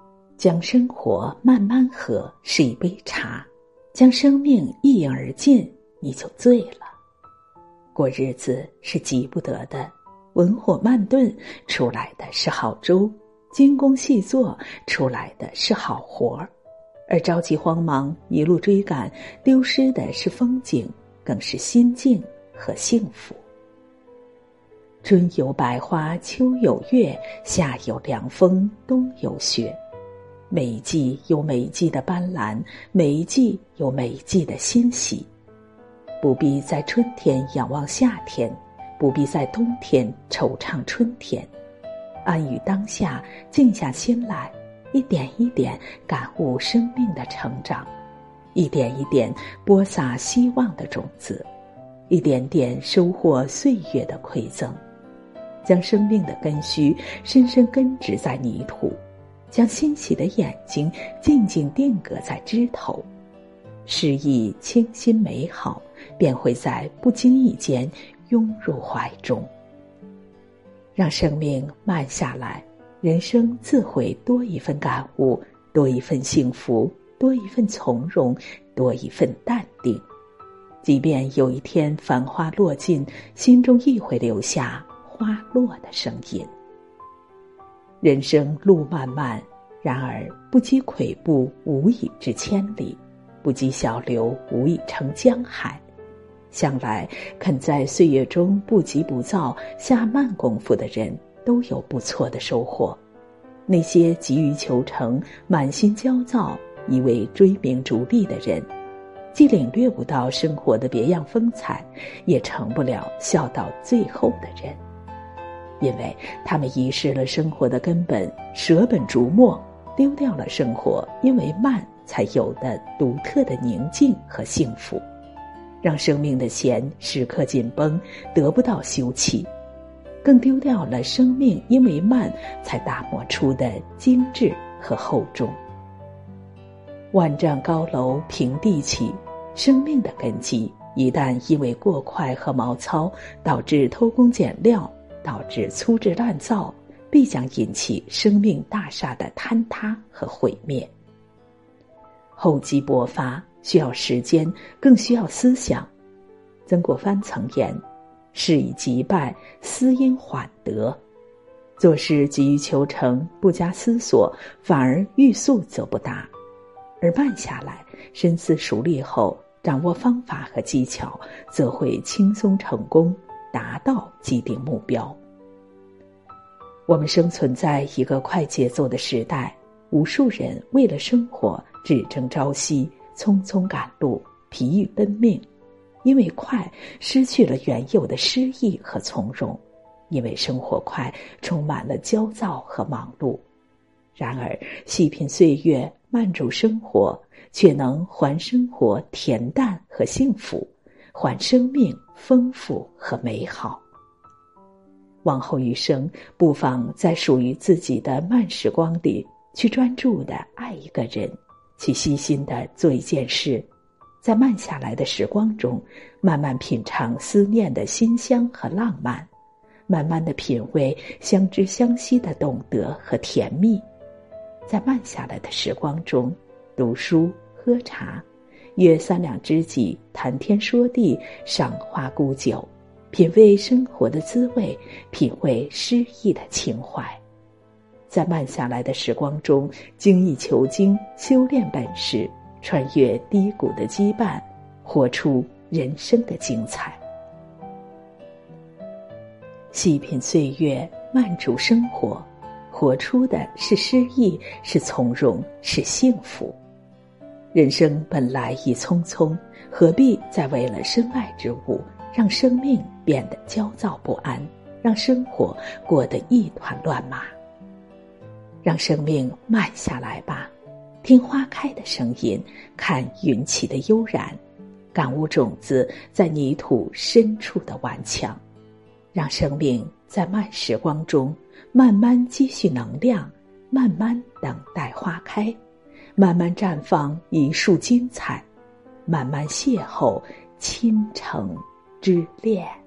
将生活慢慢喝是一杯茶，将生命一饮而尽，你就醉了。过日子是急不得的，文火慢炖出来的是好粥，精工细作出来的是好活儿，而着急慌忙一路追赶，丢失的是风景，更是心境和幸福。春有百花，秋有月，夏有凉风，冬有雪。每一季有每一季的斑斓，每一季有每一季的欣喜。不必在春天仰望夏天，不必在冬天惆怅春天。安于当下，静下心来，一点一点感悟生命的成长，一点一点播撒希望的种子，一点点收获岁月的馈赠，将生命的根须深深根植在泥土，将欣喜的眼睛静静定格在枝头。诗意清新美好，便会在不经意间涌入怀中。让生命慢下来，人生自会多一份感悟，多一份幸福，多一份从容，多一份淡定。即便有一天繁花落尽，心中亦会留下花落的声音。人生路漫漫，然而不积跬步，无以至千里；不积小流，无以成江海。向来肯在岁月中不急不躁下慢功夫的人，都有不错的收获。那些急于求成、满心焦躁、一味追名逐利的人，既领略不到生活的别样风采，也成不了笑到最后的人。因为他们遗失了生活的根本，舍本逐末，丢掉了生活因为慢才有的独特的宁静和幸福，让生命的弦时刻紧绷，得不到休憩，更丢掉了生命因为慢才打磨出的精致和厚重。万丈高楼平地起，生命的根基一旦因为过快和毛糙，导致偷工减料，导致粗制滥造，必将引起生命大厦的坍塌和毁灭。厚积薄发需要时间，更需要思想。曾国藩曾言，事以急败，思因缓得。做事急于求成，不加思索，反而欲速则不达。而慢下来，深思熟虑后，掌握方法和技巧，则会轻松成功，达到既定目标。我们生存在一个快节奏的时代，无数人为了生活只争朝夕，匆匆赶路，疲于奔命。因为快，失去了原有的诗意和从容；因为生活快，充满了焦躁和忙碌。然而，细品岁月，慢煮生活，却能还生活恬淡和幸福，还生命丰富和美好。往后余生，不妨在属于自己的慢时光里，去专注地爱一个人，去细心地做一件事，在慢下来的时光中，慢慢品尝思念的馨香和浪漫，慢慢地品味相知相惜的懂得和甜蜜。在慢下来的时光中，读书、喝茶，约三两知己谈天说地，赏花沽酒，品味生活的滋味，品味诗意的情怀。在慢下来的时光中，精益求精，修炼本事，穿越低谷的羁绊，活出人生的精彩。细品岁月，慢煮生活，活出的是诗意，是从容，是幸福。人生本来已匆匆，何必再为了身外之物，让生命变得焦躁不安，让生活过得一团乱麻。让生命慢下来吧，听花开的声音，看云起的悠然，感悟种子在泥土深处的顽强。让生命在慢时光中慢慢积蓄能量，慢慢等待花开，慢慢绽放一束精彩，慢慢邂逅倾城之恋。